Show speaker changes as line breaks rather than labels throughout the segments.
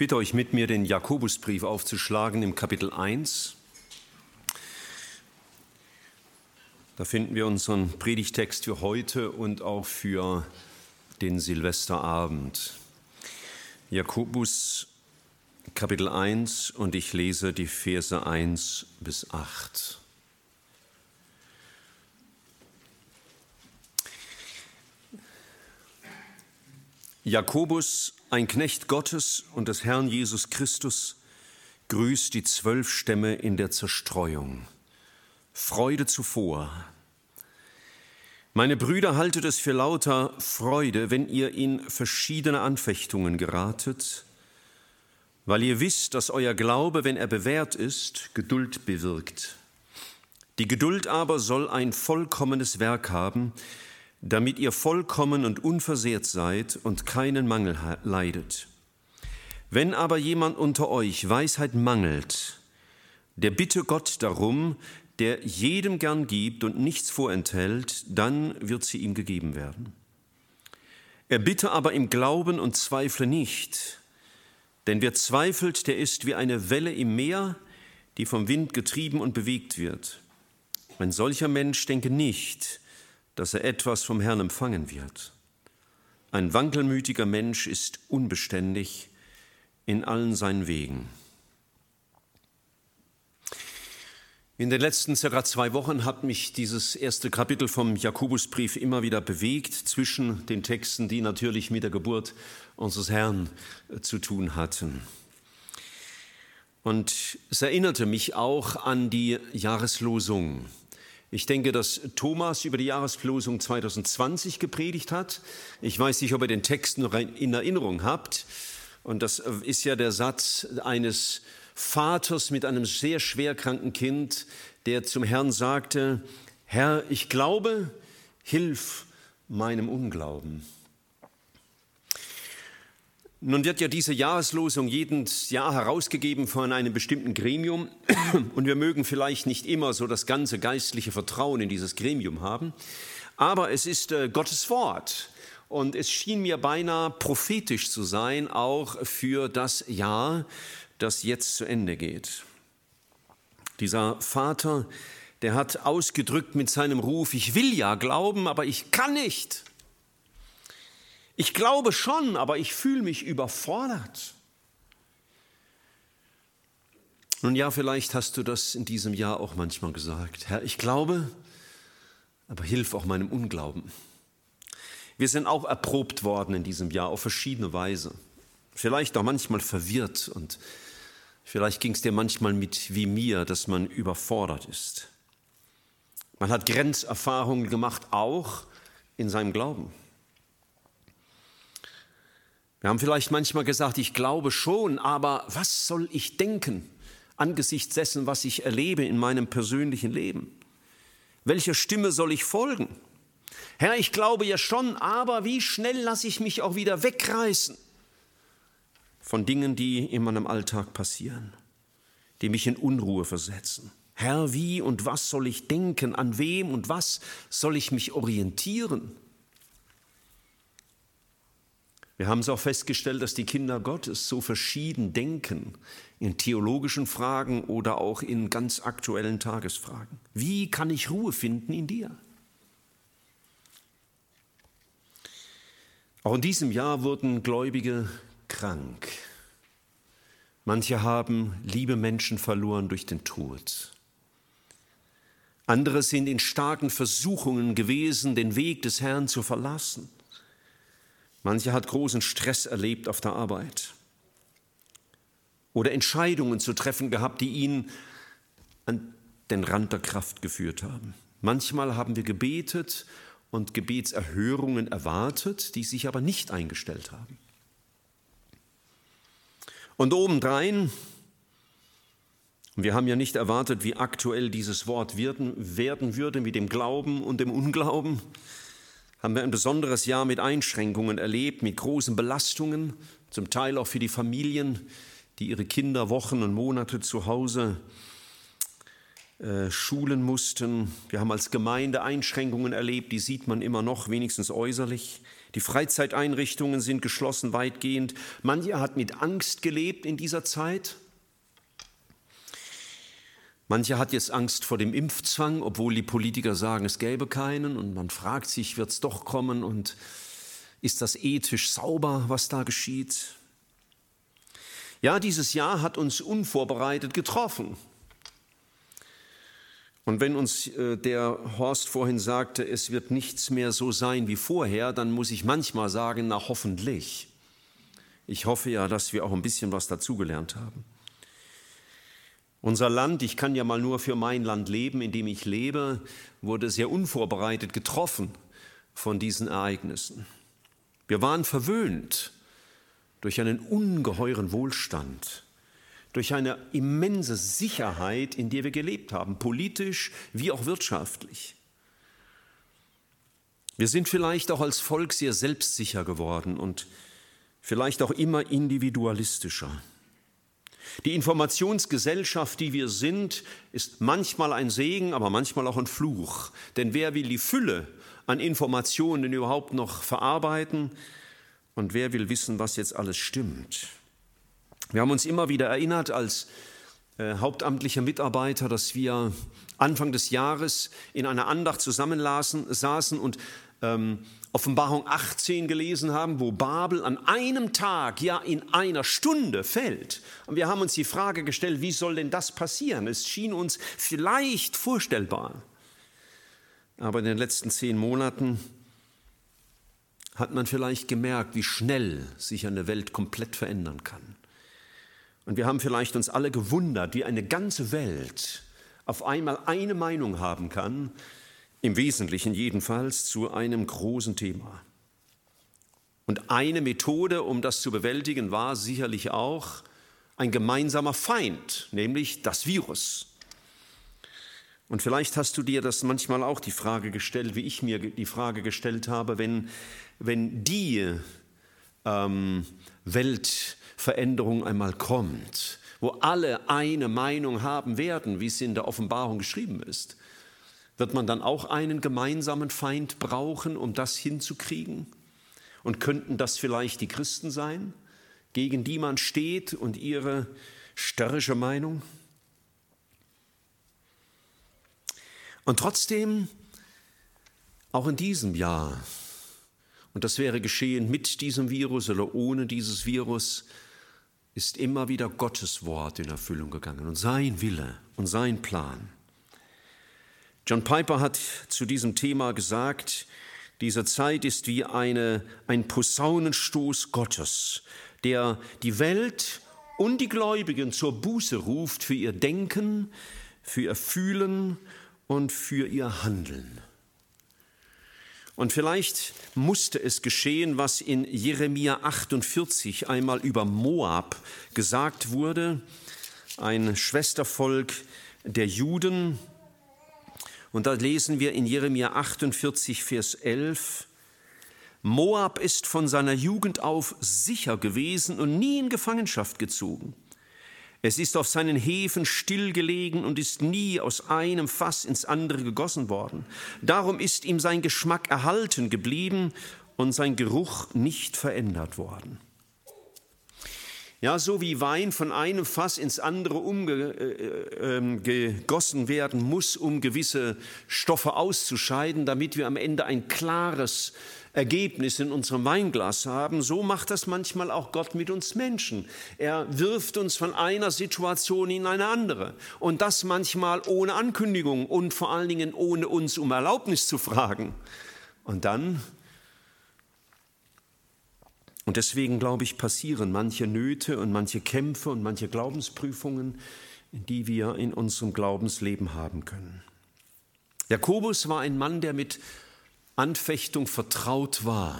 Ich bitte euch, mit mir den Jakobusbrief aufzuschlagen im Kapitel 1. Da finden wir unseren Predigtext für heute und auch für den Silvesterabend. Jakobus Kapitel 1 und ich lese die Verse 1 bis 8. Jakobus, ein Knecht Gottes und des Herrn Jesus Christus, grüßt die 12 Stämme in der Zerstreuung. Freude zuvor. Meine Brüder, haltet es für lauter Freude, wenn ihr in verschiedene Anfechtungen geratet, weil ihr wisst, dass euer Glaube, wenn er bewährt ist, Geduld bewirkt. Die Geduld aber soll ein vollkommenes Werk haben, damit ihr vollkommen und unversehrt seid und keinen Mangel leidet. Wenn aber jemand unter euch Weisheit mangelt, der bitte Gott darum, der jedem gern gibt und nichts vorenthält, dann wird sie ihm gegeben werden. Er bitte aber im Glauben und zweifle nicht, denn wer zweifelt, der ist wie eine Welle im Meer, die vom Wind getrieben und bewegt wird. Ein solcher Mensch denke nicht, dass er etwas vom Herrn empfangen wird. Ein wankelmütiger Mensch ist unbeständig in allen seinen Wegen. In den letzten ca. 2 Wochen hat mich dieses erste Kapitel vom Jakobusbrief immer wieder bewegt, zwischen den Texten, die natürlich mit der Geburt unseres Herrn zu tun hatten. Und es erinnerte mich auch an die Jahreslosung. Ich denke, dass Thomas über die Jahreslosung 2020 gepredigt hat. Ich weiß nicht, ob ihr den Text noch in Erinnerung habt. Und das ist ja der Satz eines Vaters mit einem sehr schwerkranken Kind, der zum Herrn sagte: Herr, ich glaube, hilf meinem Unglauben. Nun wird ja diese Jahreslosung jedes Jahr herausgegeben von einem bestimmten Gremium und wir mögen vielleicht nicht immer so das ganze geistliche Vertrauen in dieses Gremium haben, aber es ist Gottes Wort und es schien mir beinahe prophetisch zu sein, auch für das Jahr, das jetzt zu Ende geht. Dieser Vater, der hat ausgedrückt mit seinem Ruf: Ich will ja glauben, aber ich kann nicht. Ich glaube schon, aber ich fühle mich überfordert. Nun ja, vielleicht hast du das in diesem Jahr auch manchmal gesagt. Herr, ich glaube, aber hilf auch meinem Unglauben. Wir sind auch erprobt worden in diesem Jahr auf verschiedene Weise. Vielleicht auch manchmal verwirrt und vielleicht ging es dir manchmal mit wie mir, dass man überfordert ist. Man hat Grenzerfahrungen gemacht, auch in seinem Glauben. Wir haben vielleicht manchmal gesagt, ich glaube schon, aber was soll ich denken angesichts dessen, was ich erlebe in meinem persönlichen Leben? Welcher Stimme soll ich folgen? Herr, ich glaube ja schon, aber wie schnell lasse ich mich auch wieder wegreißen von Dingen, die in meinem Alltag passieren, die mich in Unruhe versetzen. Herr, wie und was soll ich denken? An wem und was soll ich mich orientieren? Wir haben es auch festgestellt, dass die Kinder Gottes so verschieden denken in theologischen Fragen oder auch in ganz aktuellen Tagesfragen. Wie kann ich Ruhe finden in dir? Auch in diesem Jahr wurden Gläubige krank. Manche haben liebe Menschen verloren durch den Tod. Andere sind in starken Versuchungen gewesen, den Weg des Herrn zu verlassen. Mancher hat großen Stress erlebt auf der Arbeit oder Entscheidungen zu treffen gehabt, die ihn an den Rand der Kraft geführt haben. Manchmal haben wir gebetet und Gebetserhörungen erwartet, die sich aber nicht eingestellt haben. Und obendrein, wir haben ja nicht erwartet, wie aktuell dieses Wort werden würde mit dem Glauben und dem Unglauben, haben wir ein besonderes Jahr mit Einschränkungen erlebt, mit großen Belastungen, zum Teil auch für die Familien, die ihre Kinder Wochen und Monate zu Hause schulen mussten. Wir haben als Gemeinde Einschränkungen erlebt, die sieht man immer noch, wenigstens äußerlich. Die Freizeiteinrichtungen sind geschlossen weitgehend. Mancher hat mit Angst gelebt in dieser Zeit. Mancher hat jetzt Angst vor dem Impfzwang, obwohl die Politiker sagen, es gäbe keinen. Und man fragt sich, wird es doch kommen und ist das ethisch sauber, was da geschieht? Ja, dieses Jahr hat uns unvorbereitet getroffen. Und wenn uns der Horst vorhin sagte, es wird nichts mehr so sein wie vorher, dann muss ich manchmal sagen, na hoffentlich. Ich hoffe ja, dass wir auch ein bisschen was dazugelernt haben. Unser Land, ich kann ja mal nur für mein Land leben, in dem ich lebe, wurde sehr unvorbereitet getroffen von diesen Ereignissen. Wir waren verwöhnt durch einen ungeheuren Wohlstand, durch eine immense Sicherheit, in der wir gelebt haben, politisch wie auch wirtschaftlich. Wir sind vielleicht auch als Volk sehr selbstsicher geworden und vielleicht auch immer individualistischer. Die Informationsgesellschaft, die wir sind, ist manchmal ein Segen, aber manchmal auch ein Fluch. Denn wer will die Fülle an Informationen überhaupt noch verarbeiten und wer will wissen, was jetzt alles stimmt? Wir haben uns immer wieder erinnert als hauptamtliche Mitarbeiter, dass wir Anfang des Jahres in einer Andacht saßen und Offenbarung 18 gelesen haben, wo Babel an einem Tag, ja in einer Stunde fällt. Und wir haben uns die Frage gestellt, wie soll denn das passieren? Es schien uns vielleicht vorstellbar. Aber in den letzten 10 Monaten hat man vielleicht gemerkt, wie schnell sich eine Welt komplett verändern kann. Und wir haben vielleicht uns alle gewundert, wie eine ganze Welt auf einmal eine Meinung haben kann, im Wesentlichen jedenfalls zu einem großen Thema. Und eine Methode, um das zu bewältigen, war sicherlich auch ein gemeinsamer Feind, nämlich das Virus. Und vielleicht hast du dir das manchmal auch die Frage gestellt, wie ich mir die Frage gestellt habe, wenn die Weltveränderung einmal kommt, wo alle eine Meinung haben werden, wie es in der Offenbarung geschrieben ist, wird man dann auch einen gemeinsamen Feind brauchen, um das hinzukriegen? Und könnten das vielleicht die Christen sein, gegen die man steht und ihre störrische Meinung? Und trotzdem, auch in diesem Jahr, und das wäre geschehen mit diesem Virus oder ohne dieses Virus, ist immer wieder Gottes Wort in Erfüllung gegangen und sein Wille und sein Plan. John Piper hat zu diesem Thema gesagt, diese Zeit ist wie ein Posaunenstoß Gottes, der die Welt und die Gläubigen zur Buße ruft für ihr Denken, für ihr Fühlen und für ihr Handeln. Und vielleicht musste es geschehen, was in Jeremia 48 einmal über Moab gesagt wurde, ein Schwestervolk der Juden. Und da lesen wir in Jeremia 48, Vers 11, Moab ist von seiner Jugend auf sicher gewesen und nie in Gefangenschaft gezogen. Es ist auf seinen Häfen stillgelegen und ist nie aus einem Fass ins andere gegossen worden. Darum ist ihm sein Geschmack erhalten geblieben und sein Geruch nicht verändert worden. Ja, so wie Wein von einem Fass ins andere gegossen werden muss, um gewisse Stoffe auszuscheiden, damit wir am Ende ein klares Ergebnis in unserem Weinglas haben, so macht das manchmal auch Gott mit uns Menschen. Er wirft uns von einer Situation in eine andere und das manchmal ohne Ankündigung und vor allen Dingen ohne uns um Erlaubnis zu fragen. Und deswegen, glaube ich, passieren manche Nöte und manche Kämpfe und manche Glaubensprüfungen, die wir in unserem Glaubensleben haben können. Jakobus war ein Mann, der mit Anfechtung vertraut war.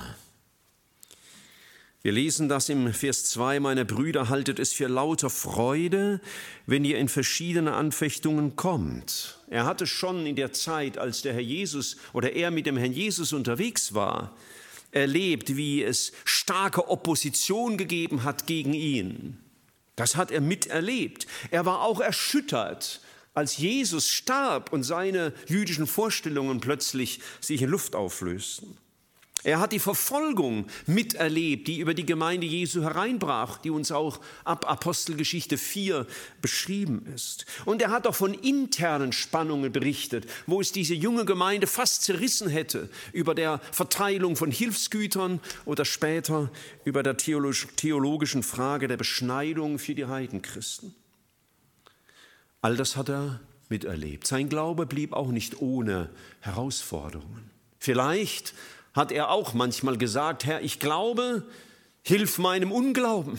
Wir lesen das im Vers 2, meine Brüder, haltet es für lauter Freude, wenn ihr in verschiedene Anfechtungen kommt. Er hatte schon in der Zeit, als der Herr Jesus oder er mit dem Herrn Jesus unterwegs war, erlebt, wie es starke Opposition gegeben hat gegen ihn. Das hat er miterlebt. Er war auch erschüttert, als Jesus starb und seine jüdischen Vorstellungen plötzlich sich in Luft auflösten. Er hat die Verfolgung miterlebt, die über die Gemeinde Jesu hereinbrach, die uns auch ab Apostelgeschichte 4 beschrieben ist. Und er hat auch von internen Spannungen berichtet, wo es diese junge Gemeinde fast zerrissen hätte über der Verteilung von Hilfsgütern oder später über der theologischen Frage der Beschneidung für die Heidenchristen. All das hat er miterlebt. Sein Glaube blieb auch nicht ohne Herausforderungen. Vielleicht hat er auch manchmal gesagt: Herr, ich glaube, hilf meinem Unglauben.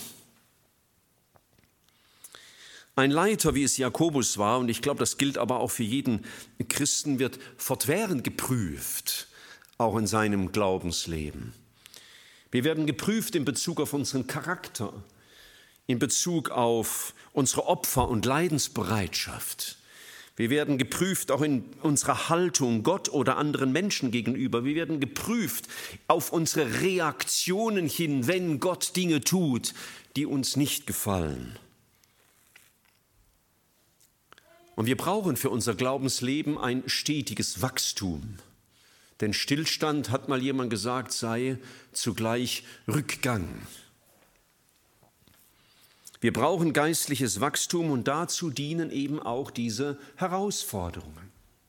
Ein Leiter, wie es Jakobus war, und ich glaube, das gilt aber auch für jeden Christen, wird fortwährend geprüft, auch in seinem Glaubensleben. Wir werden geprüft in Bezug auf unseren Charakter, in Bezug auf unsere Opfer- und Leidensbereitschaft. Wir werden geprüft auch in unserer Haltung Gott oder anderen Menschen gegenüber. Wir werden geprüft auf unsere Reaktionen hin, wenn Gott Dinge tut, die uns nicht gefallen. Und wir brauchen für unser Glaubensleben ein stetiges Wachstum. Denn Stillstand, hat mal jemand gesagt, sei zugleich Rückgang. Wir brauchen geistliches Wachstum und dazu dienen eben auch diese Herausforderungen.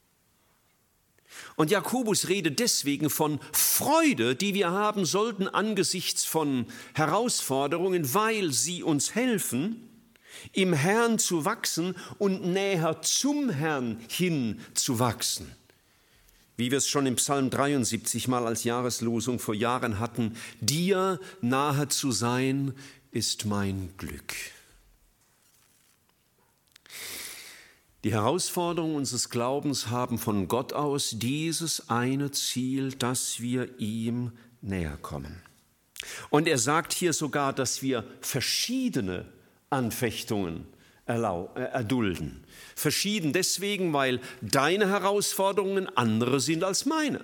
Und Jakobus redet deswegen von Freude, die wir haben sollten angesichts von Herausforderungen, weil sie uns helfen, im Herrn zu wachsen und näher zum Herrn hin zu wachsen. Wie wir es schon im Psalm 73 mal als Jahreslosung vor Jahren hatten: Dir nahe zu sein, ist mein Glück. Die Herausforderungen unseres Glaubens haben von Gott aus dieses eine Ziel, dass wir ihm näher kommen. Und er sagt hier sogar, dass wir verschiedene Anfechtungen erdulden. Verschieden deswegen, weil deine Herausforderungen andere sind als meine.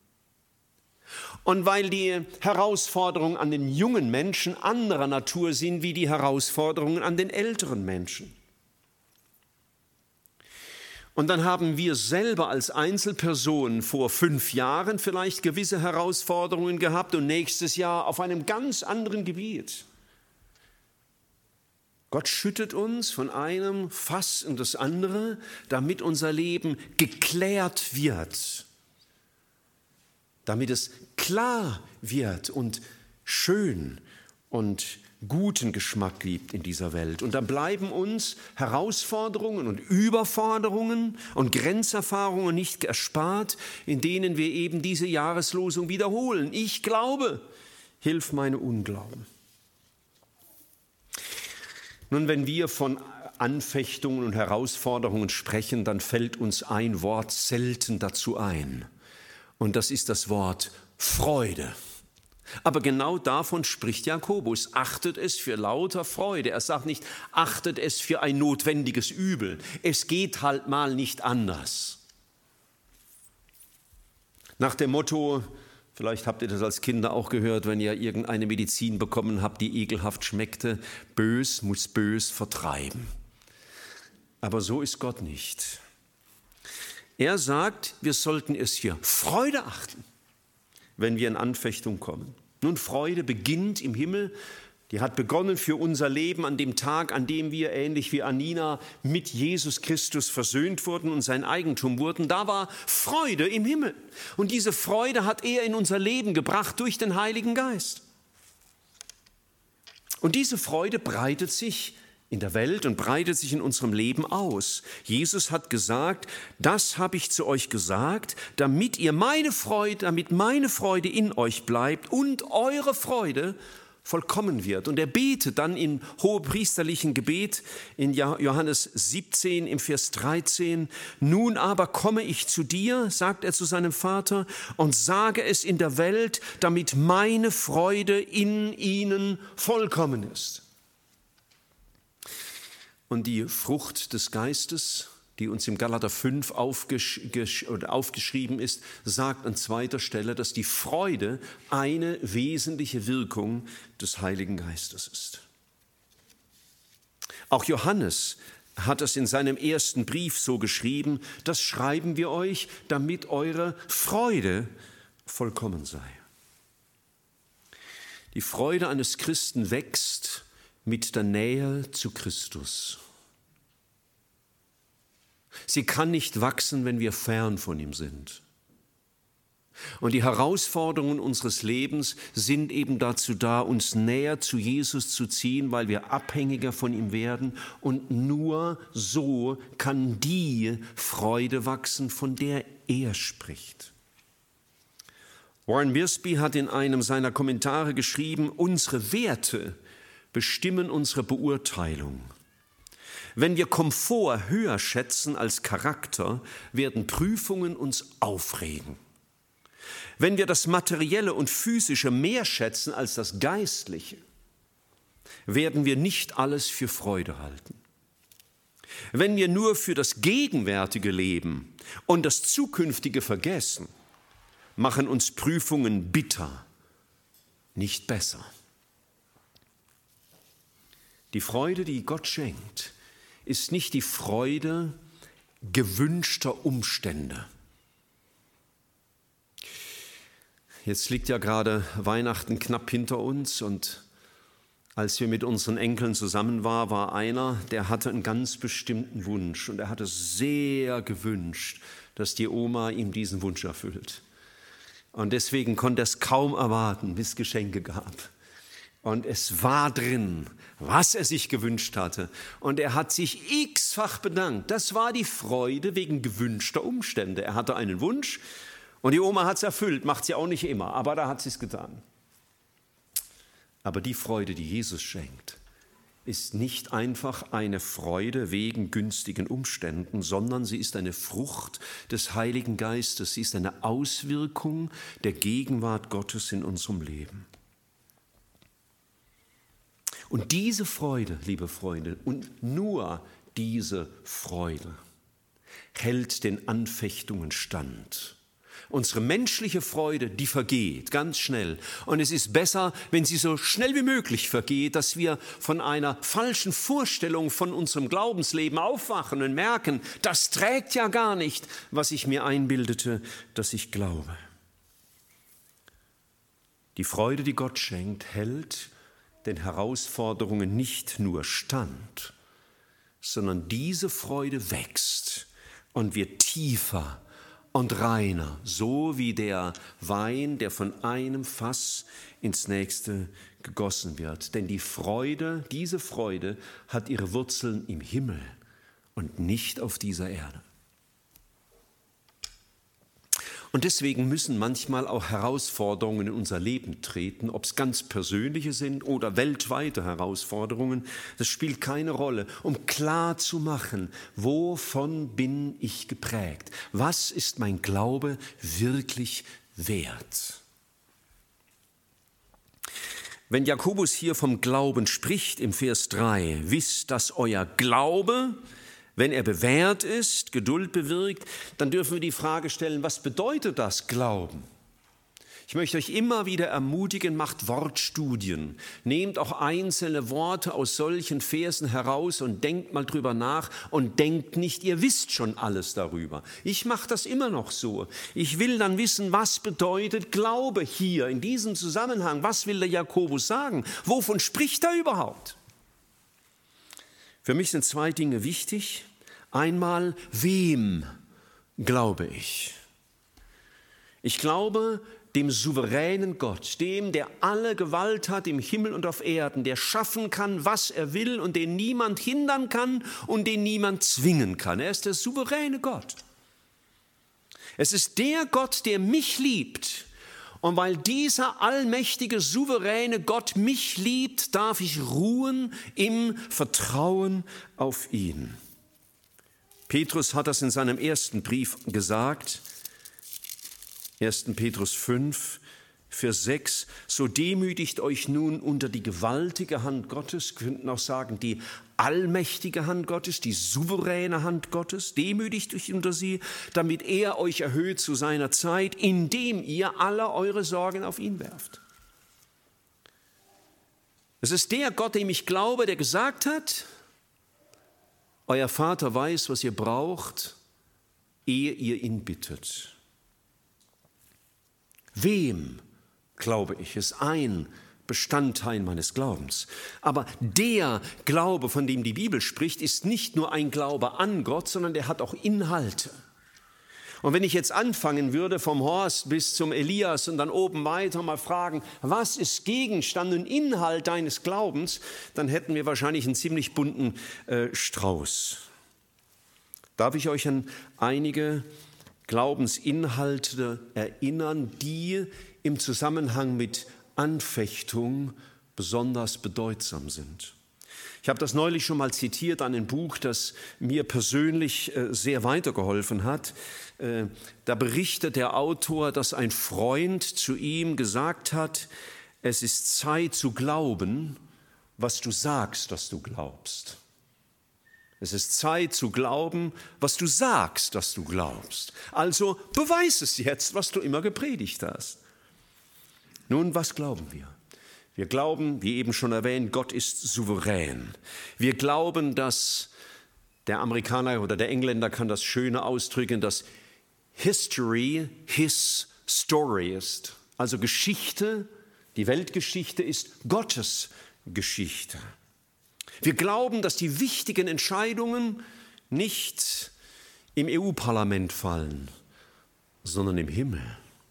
Und weil die Herausforderungen an den jungen Menschen anderer Natur sind wie die Herausforderungen an den älteren Menschen. Und dann haben wir selber als Einzelpersonen vor 5 Jahren vielleicht gewisse Herausforderungen gehabt und nächstes Jahr auf einem ganz anderen Gebiet. Gott schüttet uns von einem Fass in das andere, damit unser Leben geklärt wird, damit es klar wird und schön und guten Geschmack gibt in dieser Welt. Und dann bleiben uns Herausforderungen und Überforderungen und Grenzerfahrungen nicht erspart, in denen wir eben diese Jahreslosung wiederholen. Ich glaube, hilf meinem Unglauben. Nun, wenn wir von Anfechtungen und Herausforderungen sprechen, dann fällt uns ein Wort selten dazu ein. Und das ist das Wort Freude. Aber genau davon spricht Jakobus. Achtet es für lauter Freude. Er sagt nicht, achtet es für ein notwendiges Übel. Es geht halt mal nicht anders. Nach dem Motto, vielleicht habt ihr das als Kinder auch gehört, wenn ihr irgendeine Medizin bekommen habt, die ekelhaft schmeckte: Bös muss bös vertreiben. Aber so ist Gott nicht. Er sagt, wir sollten es für Freude achten, wenn wir in Anfechtung kommen. Nun, Freude beginnt im Himmel. Die hat begonnen für unser Leben an dem Tag, an dem wir, ähnlich wie Anina, mit Jesus Christus versöhnt wurden und sein Eigentum wurden. Da war Freude im Himmel. Und diese Freude hat er in unser Leben gebracht durch den Heiligen Geist. Und diese Freude breitet sich in der Welt und breitet sich in unserem Leben aus. Jesus hat gesagt, das habe ich zu euch gesagt, damit meine Freude in euch bleibt und eure Freude vollkommen wird. Und er betet dann im hohepriesterlichen Gebet in Johannes 17 im Vers 13, nun aber komme ich zu dir, sagt er zu seinem Vater, und sage es in der Welt, damit meine Freude in ihnen vollkommen ist. Und die Frucht des Geistes, die uns im Galater 5 aufgeschrieben ist, sagt an zweiter Stelle, dass die Freude eine wesentliche Wirkung des Heiligen Geistes ist. Auch Johannes hat es in seinem ersten Brief so geschrieben: Das schreiben wir euch, damit eure Freude vollkommen sei. Die Freude eines Christen wächst mit der Nähe zu Christus. Sie kann nicht wachsen, wenn wir fern von ihm sind. Und die Herausforderungen unseres Lebens sind eben dazu da, uns näher zu Jesus zu ziehen, weil wir abhängiger von ihm werden. Und nur so kann die Freude wachsen, von der er spricht. Warren Wiersbe hat in einem seiner Kommentare geschrieben: Unsere Werte bestimmen unsere Beurteilung. Wenn wir Komfort höher schätzen als Charakter, werden Prüfungen uns aufregen. Wenn wir das Materielle und Physische mehr schätzen als das Geistliche, werden wir nicht alles für Freude halten. Wenn wir nur für das Gegenwärtige leben und das Zukünftige vergessen, machen uns Prüfungen bitter, nicht besser. Die Freude, die Gott schenkt, ist nicht die Freude gewünschter Umstände. Jetzt liegt ja gerade Weihnachten knapp hinter uns, und als wir mit unseren Enkeln zusammen waren, war einer, der hatte einen ganz bestimmten Wunsch, und er hatte sehr gewünscht, dass die Oma ihm diesen Wunsch erfüllt. Und deswegen konnte er es kaum erwarten, bis es Geschenke gab. Und es war drin, was er sich gewünscht hatte. Und er hat sich x-fach bedankt. Das war die Freude wegen gewünschter Umstände. Er hatte einen Wunsch und die Oma hat es erfüllt. Macht sie auch nicht immer, aber da hat sie es getan. Aber die Freude, die Jesus schenkt, ist nicht einfach eine Freude wegen günstigen Umständen, sondern sie ist eine Frucht des Heiligen Geistes. Sie ist eine Auswirkung der Gegenwart Gottes in unserem Leben. Und diese Freude, liebe Freunde, und nur diese Freude hält den Anfechtungen stand. Unsere menschliche Freude, die vergeht ganz schnell. Und es ist besser, wenn sie so schnell wie möglich vergeht, dass wir von einer falschen Vorstellung von unserem Glaubensleben aufwachen und merken, das trägt ja gar nicht, was ich mir einbildete, dass ich glaube. Die Freude, die Gott schenkt, hält den Herausforderungen nicht nur stand, sondern diese Freude wächst und wird tiefer und reiner, so wie der Wein, der von einem Fass ins nächste gegossen wird. Denn die Freude, diese Freude hat ihre Wurzeln im Himmel und nicht auf dieser Erde. Und deswegen müssen manchmal auch Herausforderungen in unser Leben treten, ob es ganz persönliche sind oder weltweite Herausforderungen. Das spielt keine Rolle, um klar zu machen, wovon bin ich geprägt? Was ist mein Glaube wirklich wert? Wenn Jakobus hier vom Glauben spricht im Vers 3, wisst, dass euer Glaube, wenn er bewährt ist, Geduld bewirkt, dann dürfen wir die Frage stellen, was bedeutet das Glauben? Ich möchte euch immer wieder ermutigen, macht Wortstudien. Nehmt auch einzelne Worte aus solchen Versen heraus und denkt mal drüber nach und denkt nicht, ihr wisst schon alles darüber. Ich mache das immer noch so. Ich will dann wissen, was bedeutet Glaube hier in diesem Zusammenhang? Was will der Jakobus sagen? Wovon spricht er überhaupt? Für mich sind zwei Dinge wichtig. Einmal, wem glaube ich? Ich glaube dem souveränen Gott, dem, der alle Gewalt hat im Himmel und auf Erden, der schaffen kann, was er will und den niemand hindern kann und den niemand zwingen kann. Er ist der souveräne Gott. Es ist der Gott, der mich liebt. Und weil dieser allmächtige, souveräne Gott mich liebt, darf ich ruhen im Vertrauen auf ihn. Petrus hat das in seinem ersten Brief gesagt, 1. Petrus 5, Vers 6, so demütigt euch nun unter die gewaltige Hand Gottes, wir könnten auch sagen, die allmächtige Hand Gottes, die souveräne Hand Gottes, demütigt euch unter sie, damit er euch erhöht zu seiner Zeit, indem ihr alle eure Sorgen auf ihn werft. Es ist der Gott, dem ich glaube, der gesagt hat, Euer Vater weiß, was ihr braucht, ehe ihr ihn bittet. Wem glaube ich, ist ein Bestandteil meines Glaubens. Aber der Glaube, von dem die Bibel spricht, ist nicht nur ein Glaube an Gott, sondern der hat auch Inhalte. Und wenn ich jetzt anfangen würde, vom Horst bis zum Elias und dann oben weiter mal fragen, was ist Gegenstand und Inhalt deines Glaubens, dann hätten wir wahrscheinlich einen ziemlich bunten Strauß. Darf ich euch an einige Glaubensinhalte erinnern, die im Zusammenhang mit Anfechtung besonders bedeutsam sind? Ich habe das neulich schon mal zitiert an ein Buch, das mir persönlich sehr weitergeholfen hat. Da berichtet der Autor, dass ein Freund zu ihm gesagt hat, es ist Zeit zu glauben, was du sagst, dass du glaubst. Es ist Zeit zu glauben, was du sagst, dass du glaubst. Also beweis es jetzt, was du immer gepredigt hast. Nun, was glauben wir? Wir glauben, wie eben schon erwähnt, Gott ist souverän. Wir glauben, dass der Amerikaner oder der Engländer kann das schöner ausdrücken, dass History his story ist. Also Geschichte, die Weltgeschichte ist Gottes Geschichte. Wir glauben, dass die wichtigen Entscheidungen nicht im EU-Parlament fallen, sondern im Himmel.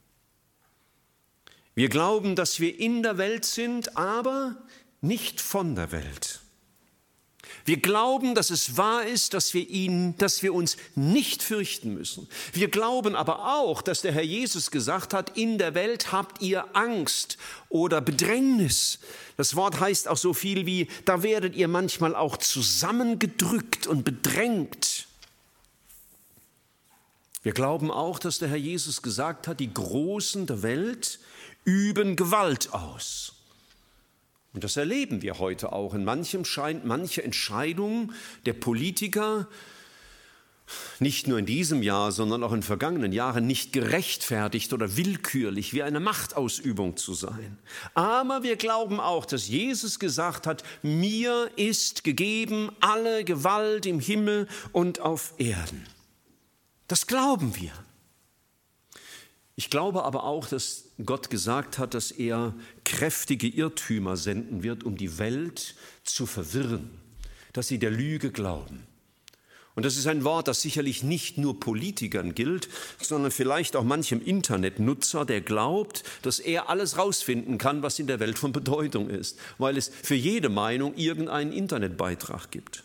Wir glauben, dass wir in der Welt sind, aber nicht von der Welt. Wir glauben, dass es wahr ist, dass wir uns nicht fürchten müssen. Wir glauben aber auch, dass der Herr Jesus gesagt hat, in der Welt habt ihr Angst oder Bedrängnis. Das Wort heißt auch so viel wie, da werdet ihr manchmal auch zusammengedrückt und bedrängt. Wir glauben auch, dass der Herr Jesus gesagt hat, die Großen der Welt üben Gewalt aus. Und das erleben wir heute auch. In manchem scheint manche Entscheidung der Politiker nicht nur in diesem Jahr, sondern auch in vergangenen Jahren nicht gerechtfertigt oder willkürlich wie eine Machtausübung zu sein. Aber wir glauben auch, dass Jesus gesagt hat, mir ist gegeben alle Gewalt im Himmel und auf Erden. Das glauben wir. Ich glaube aber auch, dass Gott gesagt hat, dass er kräftige Irrtümer senden wird, um die Welt zu verwirren, dass sie der Lüge glauben. Und das ist ein Wort, das sicherlich nicht nur Politikern gilt, sondern vielleicht auch manchem Internetnutzer, der glaubt, dass er alles rausfinden kann, was in der Welt von Bedeutung ist, weil es für jede Meinung irgendeinen Internetbeitrag gibt.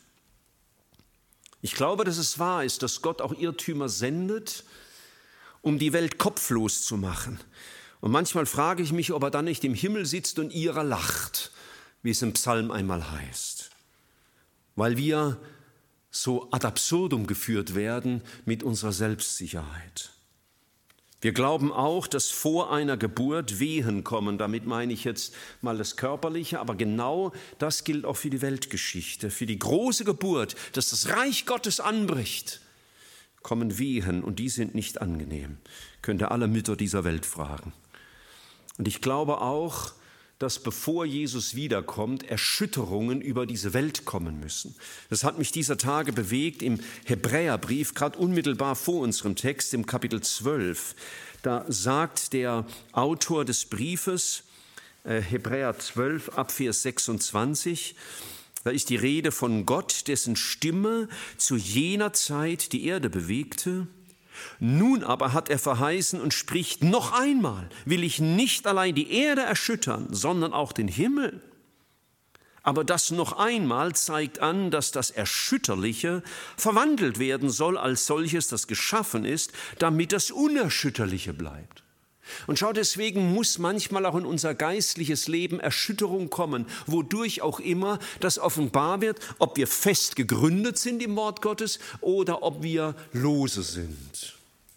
Ich glaube, dass es wahr ist, dass Gott auch Irrtümer sendet, um die Welt kopflos zu machen. Und manchmal frage ich mich, ob er dann nicht im Himmel sitzt und ihrer lacht, wie es im Psalm einmal heißt. Weil wir so ad absurdum geführt werden mit unserer Selbstsicherheit. Wir glauben auch, dass vor einer Geburt Wehen kommen. Damit meine ich jetzt mal das Körperliche, aber genau das gilt auch für die Weltgeschichte. Für die große Geburt, dass das Reich Gottes anbricht, kommen Wehen und die sind nicht angenehm. Könnt ihr alle Mütter dieser Welt fragen. Und ich glaube auch, dass bevor Jesus wiederkommt, Erschütterungen über diese Welt kommen müssen. Das hat mich dieser Tage bewegt im Hebräerbrief, gerade unmittelbar vor unserem Text, im Kapitel 12. Da sagt der Autor des Briefes, Hebräer 12, ab Vers 26, da ist die Rede von Gott, dessen Stimme zu jener Zeit die Erde bewegte. Nun aber hat er verheißen und spricht, noch einmal will ich nicht allein die Erde erschüttern, sondern auch den Himmel. Aber das noch einmal zeigt an, dass das Erschütterliche verwandelt werden soll als solches, das geschaffen ist, damit das Unerschütterliche bleibt. Und schau, deswegen muss manchmal auch in unser geistliches Leben Erschütterung kommen, wodurch auch immer das offenbar wird, ob wir fest gegründet sind im Wort Gottes oder ob wir lose sind.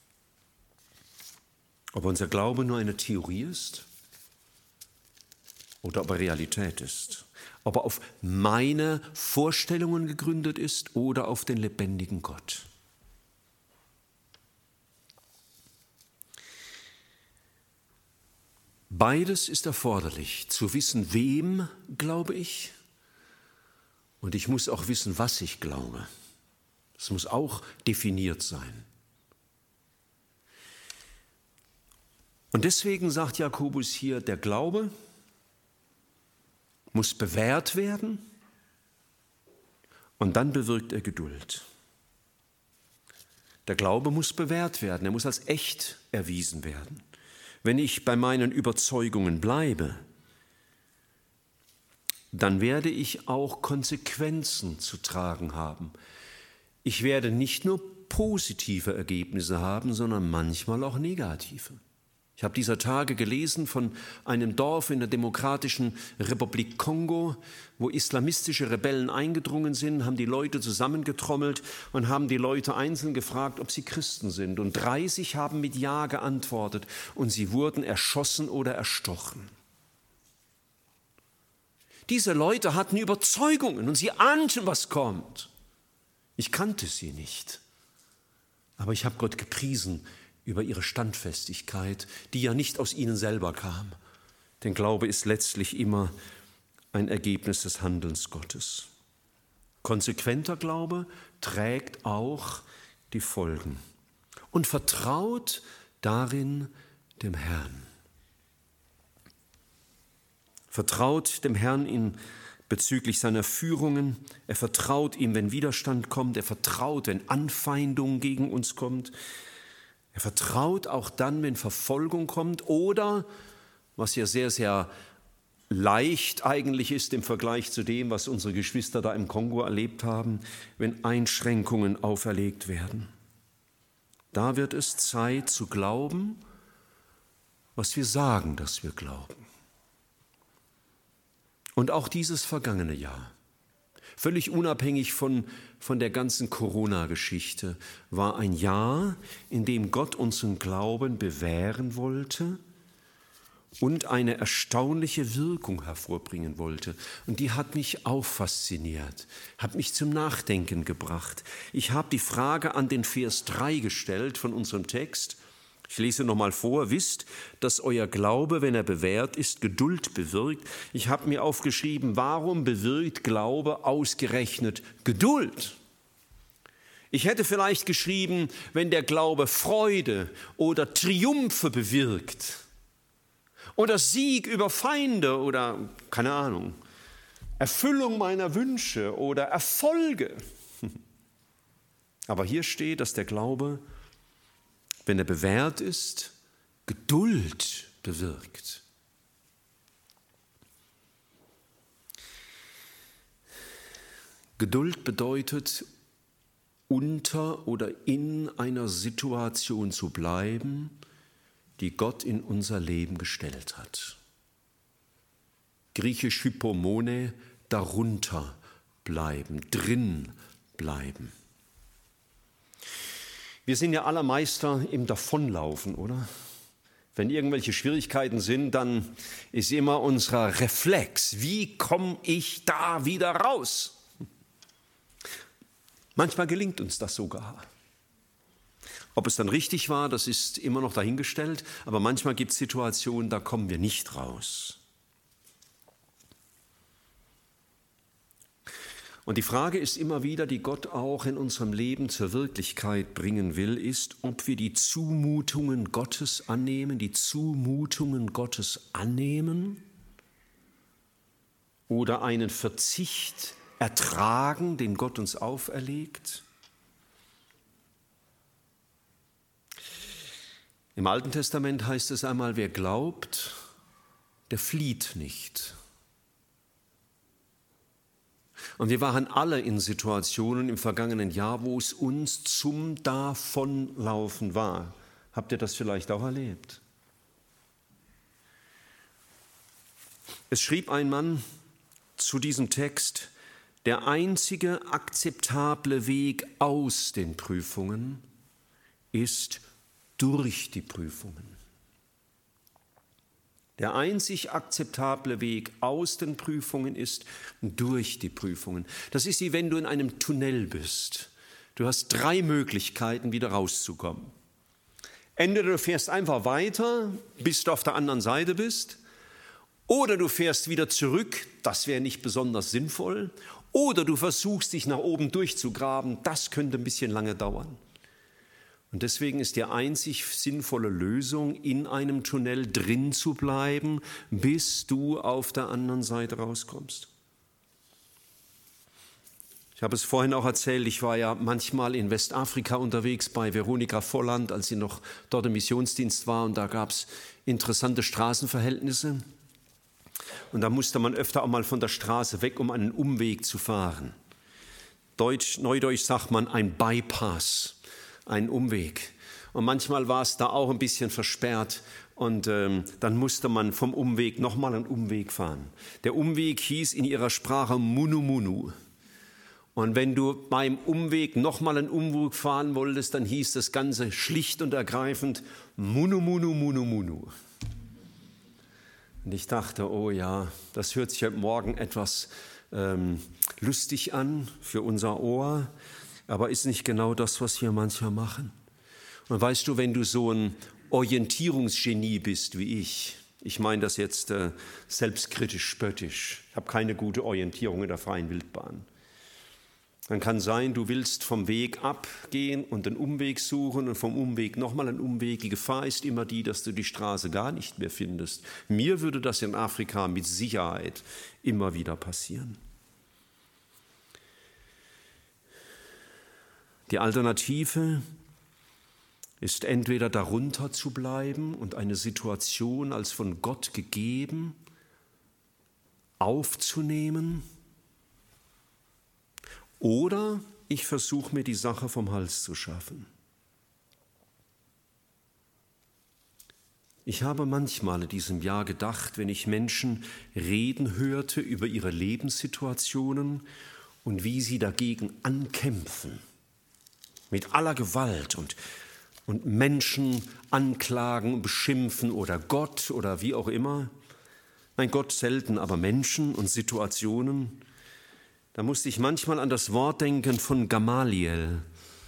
Ob unser Glaube nur eine Theorie ist oder ob er Realität ist. Ob er auf meine Vorstellungen gegründet ist oder auf den lebendigen Gott. Beides ist erforderlich, zu wissen, wem glaube ich, und ich muss auch wissen, was ich glaube. Das muss auch definiert sein. Und deswegen sagt Jakobus hier, der Glaube muss bewährt werden und dann bewirkt er Geduld. Der Glaube muss bewährt werden, er muss als echt erwiesen werden. Wenn ich bei meinen Überzeugungen bleibe, dann werde ich auch Konsequenzen zu tragen haben. Ich werde nicht nur positive Ergebnisse haben, sondern manchmal auch negative. Ich habe dieser Tage gelesen von einem Dorf in der Demokratischen Republik Kongo, wo islamistische Rebellen eingedrungen sind, haben die Leute zusammengetrommelt und haben die Leute einzeln gefragt, ob sie Christen sind. Und 30 haben mit Ja geantwortet und sie wurden erschossen oder erstochen. Diese Leute hatten Überzeugungen und sie ahnten, was kommt. Ich kannte sie nicht, aber ich habe Gott gepriesen über ihre Standfestigkeit, die ja nicht aus ihnen selber kam. Denn Glaube ist letztlich immer ein Ergebnis des Handelns Gottes. Konsequenter Glaube trägt auch die Folgen und vertraut darin dem Herrn. Vertraut dem Herrn bezüglich seiner Führungen. Er vertraut ihm, wenn Widerstand kommt. Er vertraut, wenn Anfeindung gegen uns kommt. Er vertraut auch dann, wenn Verfolgung kommt oder, was ja sehr, sehr leicht eigentlich ist im Vergleich zu dem, was unsere Geschwister da im Kongo erlebt haben, wenn Einschränkungen auferlegt werden. Da wird es Zeit zu glauben, was wir sagen, dass wir glauben. Und auch dieses vergangene Jahr, völlig unabhängig von der ganzen Corona-Geschichte, war ein Jahr, in dem Gott unseren Glauben bewähren wollte und eine erstaunliche Wirkung hervorbringen wollte. Und die hat mich auch fasziniert, hat mich zum Nachdenken gebracht. Ich habe die Frage an den Vers 3 gestellt von unserem Text. Ich lese nochmal vor, wisst, dass euer Glaube, wenn er bewährt ist, Geduld bewirkt. Ich habe mir aufgeschrieben, warum bewirkt Glaube ausgerechnet Geduld? Ich hätte vielleicht geschrieben, wenn der Glaube Freude oder Triumphe bewirkt oder Sieg über Feinde oder, keine Ahnung, Erfüllung meiner Wünsche oder Erfolge. Aber hier steht, dass der Glaube, wenn er bewährt ist, Geduld bewirkt. Geduld bedeutet, unter oder in einer Situation zu bleiben, die Gott in unser Leben gestellt hat. Griechisch Hypomone, darunter bleiben, drin bleiben. Wir sind ja alle Meister im Davonlaufen, oder? Wenn irgendwelche Schwierigkeiten sind, dann ist immer unser Reflex, wie komme ich da wieder raus? Manchmal gelingt uns das sogar. Ob es dann richtig war, das ist immer noch dahingestellt, aber manchmal gibt es Situationen, da kommen wir nicht raus. Und die Frage ist immer wieder, die Gott auch in unserem Leben zur Wirklichkeit bringen will, ist, ob wir die Zumutungen Gottes annehmen, oder einen Verzicht ertragen, den Gott uns auferlegt. Im Alten Testament heißt es einmal, wer glaubt, der flieht nicht. Und wir waren alle in Situationen im vergangenen Jahr, wo es uns zum Davonlaufen war. Habt ihr das vielleicht auch erlebt? Es schrieb ein Mann zu diesem Text, der einzige akzeptable Weg aus den Prüfungen ist durch die Prüfungen. Der einzig akzeptable Weg aus den Prüfungen ist durch die Prüfungen. Das ist wie wenn du in einem Tunnel bist. Du hast 3 Möglichkeiten, wieder rauszukommen. Entweder du fährst einfach weiter, bis du auf der anderen Seite bist, oder du fährst wieder zurück, das wäre nicht besonders sinnvoll, Oder du versuchst, dich nach oben durchzugraben. Das könnte ein bisschen lange dauern. Und deswegen ist die einzig sinnvolle Lösung, in einem Tunnel drin zu bleiben, bis du auf der anderen Seite rauskommst. Ich habe es vorhin auch erzählt, ich war ja manchmal in Westafrika unterwegs bei Veronika Volland, als sie noch dort im Missionsdienst war, und da gab es interessante Straßenverhältnisse. Und da musste man öfter auch mal von der Straße weg, um einen Umweg zu fahren. Neudeutsch sagt man ein Bypass, ein Umweg. Und manchmal war es da auch ein bisschen versperrt und dann musste man vom Umweg nochmal einen Umweg fahren. Der Umweg hieß in ihrer Sprache Munu Munu. Und wenn du beim Umweg nochmal einen Umweg fahren wolltest, dann hieß das Ganze schlicht und ergreifend Munu Munu Munu Munu. Und ich dachte, oh ja, das hört sich heute Morgen etwas lustig an für unser Ohr, aber ist nicht genau das, was wir manchmal machen. Und weißt du, wenn du so ein Orientierungsgenie bist wie ich meine das jetzt selbstkritisch, spöttisch, ich habe keine gute Orientierung in der freien Wildbahn, dann kann sein, du willst vom Weg abgehen und einen Umweg suchen und vom Umweg nochmal einen Umweg. Die Gefahr ist immer die, dass du die Straße gar nicht mehr findest. Mir würde das in Afrika mit Sicherheit immer wieder passieren. Die Alternative ist entweder darunter zu bleiben und eine Situation als von Gott gegeben aufzunehmen, oder ich versuche mir die Sache vom Hals zu schaffen. Ich habe manchmal in diesem Jahr gedacht, wenn ich Menschen reden hörte über ihre Lebenssituationen und wie sie dagegen ankämpfen, mit aller Gewalt und Menschen anklagen und beschimpfen oder Gott oder wie auch immer, nein, Gott selten, aber Menschen und Situationen, da musste ich manchmal an das Wort denken von Gamaliel,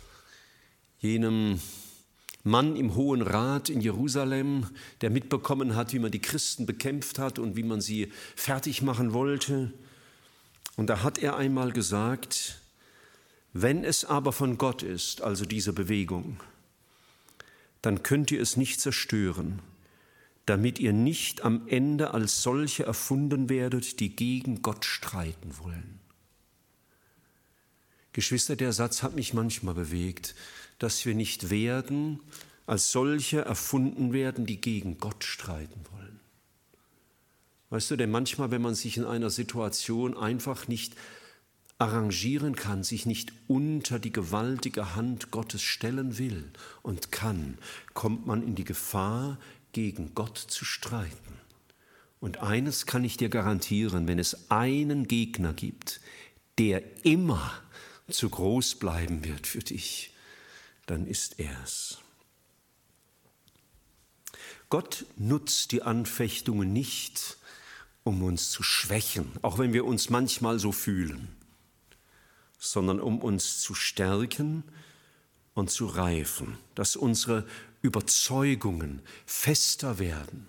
jenem Mann im Hohen Rat in Jerusalem, der mitbekommen hat, wie man die Christen bekämpft hat und wie man sie fertig machen wollte. Und da hat er einmal gesagt, wenn es aber von Gott ist, also diese Bewegung, dann könnt ihr es nicht zerstören, damit ihr nicht am Ende als solche erfunden werdet, die gegen Gott streiten wollen. Geschwister, der Satz hat mich manchmal bewegt, dass wir nicht werden, als solche erfunden werden, die gegen Gott streiten wollen. Weißt du, denn manchmal, wenn man sich in einer Situation einfach nicht arrangieren kann, sich nicht unter die gewaltige Hand Gottes stellen will und kann, kommt man in die Gefahr, gegen Gott zu streiten. Und eines kann ich dir garantieren, wenn es einen Gegner gibt, der immer zu groß bleiben wird für dich, dann ist er's. Gott nutzt die Anfechtungen nicht, um uns zu schwächen, auch wenn wir uns manchmal so fühlen, sondern um uns zu stärken und zu reifen, dass unsere Überzeugungen fester werden,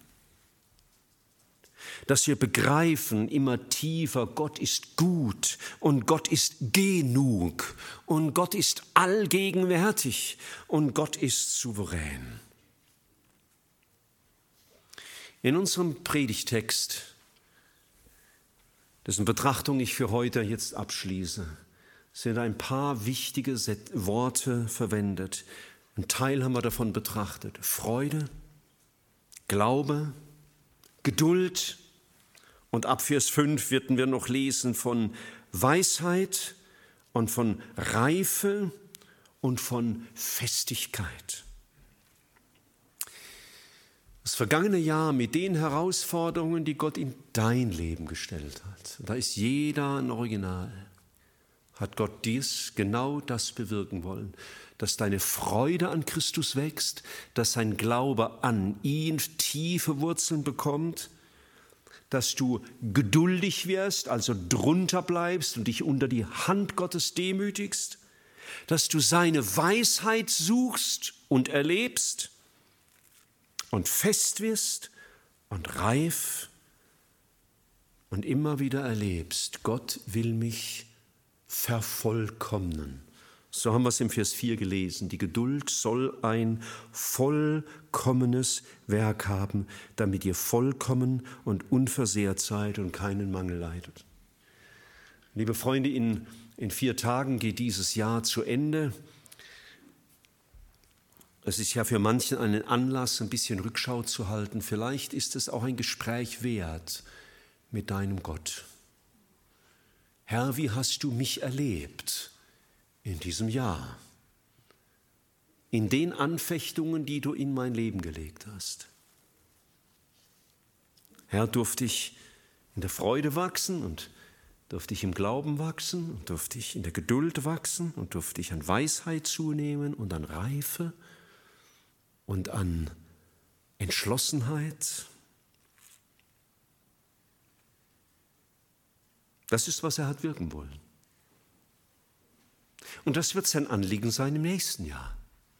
dass wir begreifen immer tiefer, Gott ist gut und Gott ist genug und Gott ist allgegenwärtig und Gott ist souverän. In unserem Predigtext, dessen Betrachtung ich für heute jetzt abschließe, sind ein paar wichtige Worte verwendet. Ein Teil haben wir davon betrachtet. Freude, Glaube, Geduld und ab Vers 5 werden wir noch lesen von Weisheit und von Reife und von Festigkeit. Das vergangene Jahr mit den Herausforderungen, die Gott in dein Leben gestellt hat, da ist jeder ein Original, hat Gott genau das bewirken wollen, dass deine Freude an Christus wächst, dass sein Glaube an ihn tiefe Wurzeln bekommt, dass du geduldig wirst, also drunter bleibst und dich unter die Hand Gottes demütigst, dass du seine Weisheit suchst und erlebst und fest wirst und reif und immer wieder erlebst, Gott will mich vervollkommnen. So haben wir es im Vers 4 gelesen. Die Geduld soll ein vollkommenes Werk haben, damit ihr vollkommen und unversehrt seid und keinen Mangel leidet. Liebe Freunde, in 4 Tagen geht dieses Jahr zu Ende. Es ist ja für manchen einen Anlass, ein bisschen Rückschau zu halten. Vielleicht ist es auch ein Gespräch wert mit deinem Gott. Herr, wie hast du mich erlebt in diesem Jahr? In den Anfechtungen, die du in mein Leben gelegt hast. Herr, durfte ich in der Freude wachsen und durfte ich im Glauben wachsen und durfte ich in der Geduld wachsen und durfte ich an Weisheit zunehmen und an Reife und an Entschlossenheit. Das ist, was er hat wirken wollen. Und das wird sein Anliegen sein im nächsten Jahr.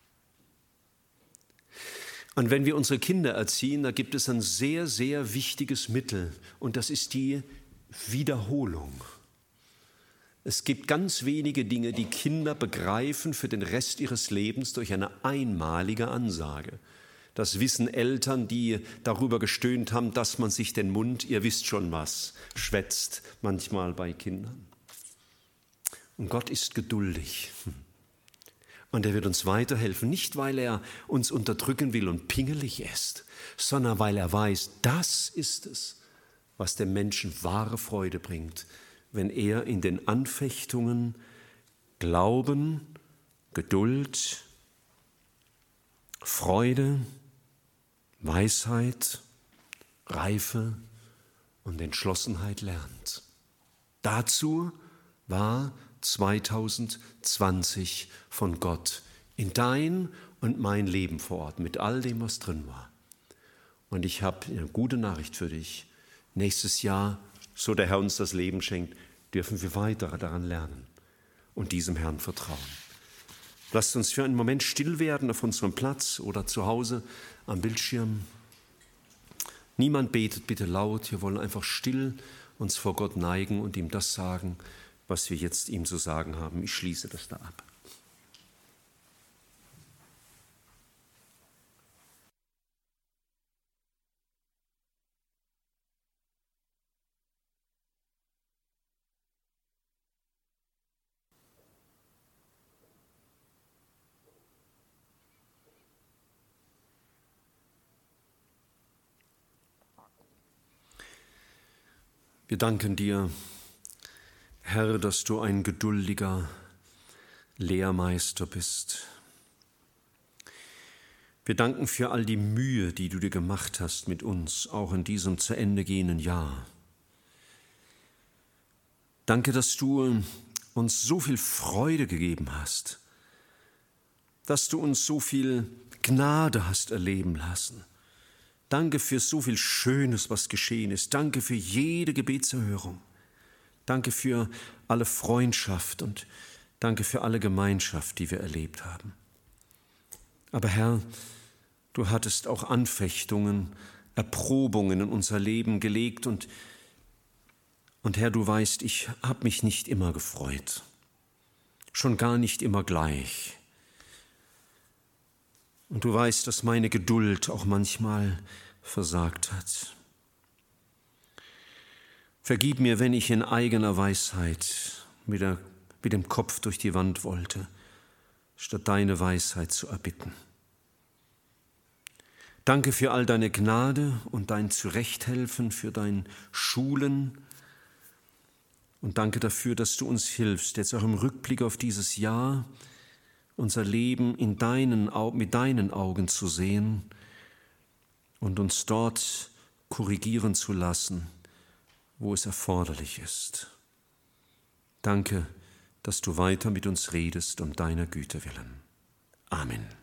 Und wenn wir unsere Kinder erziehen, da gibt es ein sehr, sehr wichtiges Mittel und das ist die Wiederholung. Es gibt ganz wenige Dinge, die Kinder begreifen für den Rest ihres Lebens durch eine einmalige Ansage. Das wissen Eltern, die darüber gestöhnt haben, dass man sich den Mund, ihr wisst schon was, schwätzt manchmal bei Kindern. Und Gott ist geduldig. Und er wird uns weiterhelfen, nicht weil er uns unterdrücken will und pingelig ist, sondern weil er weiß, das ist es, was dem Menschen wahre Freude bringt, wenn er in den Anfechtungen Glauben, Geduld, Freude, Weisheit, Reife und Entschlossenheit lernt. Dazu war 2020 von Gott in dein und mein Leben verordnet, mit all dem, was drin war. Und ich habe eine gute Nachricht für dich. Nächstes Jahr, so der Herr uns das Leben schenkt, dürfen wir weiter daran lernen und diesem Herrn vertrauen. Lasst uns für einen Moment still werden auf unserem Platz oder zu Hause am Bildschirm. Niemand betet bitte laut, wir wollen einfach still uns vor Gott neigen und ihm das sagen, was wir jetzt ihm zu sagen haben. Ich schließe das da ab. Wir danken dir, Herr, dass du ein geduldiger Lehrmeister bist. Wir danken für all die Mühe, die du dir gemacht hast mit uns, auch in diesem zu Ende gehenden Jahr. Danke, dass du uns so viel Freude gegeben hast, dass du uns so viel Gnade hast erleben lassen. Danke für so viel Schönes, was geschehen ist. Danke für jede Gebetserhörung. Danke für alle Freundschaft und danke für alle Gemeinschaft, die wir erlebt haben. Aber Herr, du hattest auch Anfechtungen, Erprobungen in unser Leben gelegt und Herr, du weißt, ich habe mich nicht immer gefreut, schon gar nicht immer gleich. Und du weißt, dass meine Geduld auch manchmal versagt hat. Vergib mir, wenn ich in eigener Weisheit mit dem Kopf durch die Wand wollte, statt deine Weisheit zu erbitten. Danke für all deine Gnade und dein Zurechthelfen, für dein Schulen. Und danke dafür, dass du uns hilfst, jetzt auch im Rückblick auf dieses Jahr, unser Leben mit deinen Augen zu sehen und uns dort korrigieren zu lassen, wo es erforderlich ist. Danke, dass du weiter mit uns redest, um deiner Güte willen. Amen.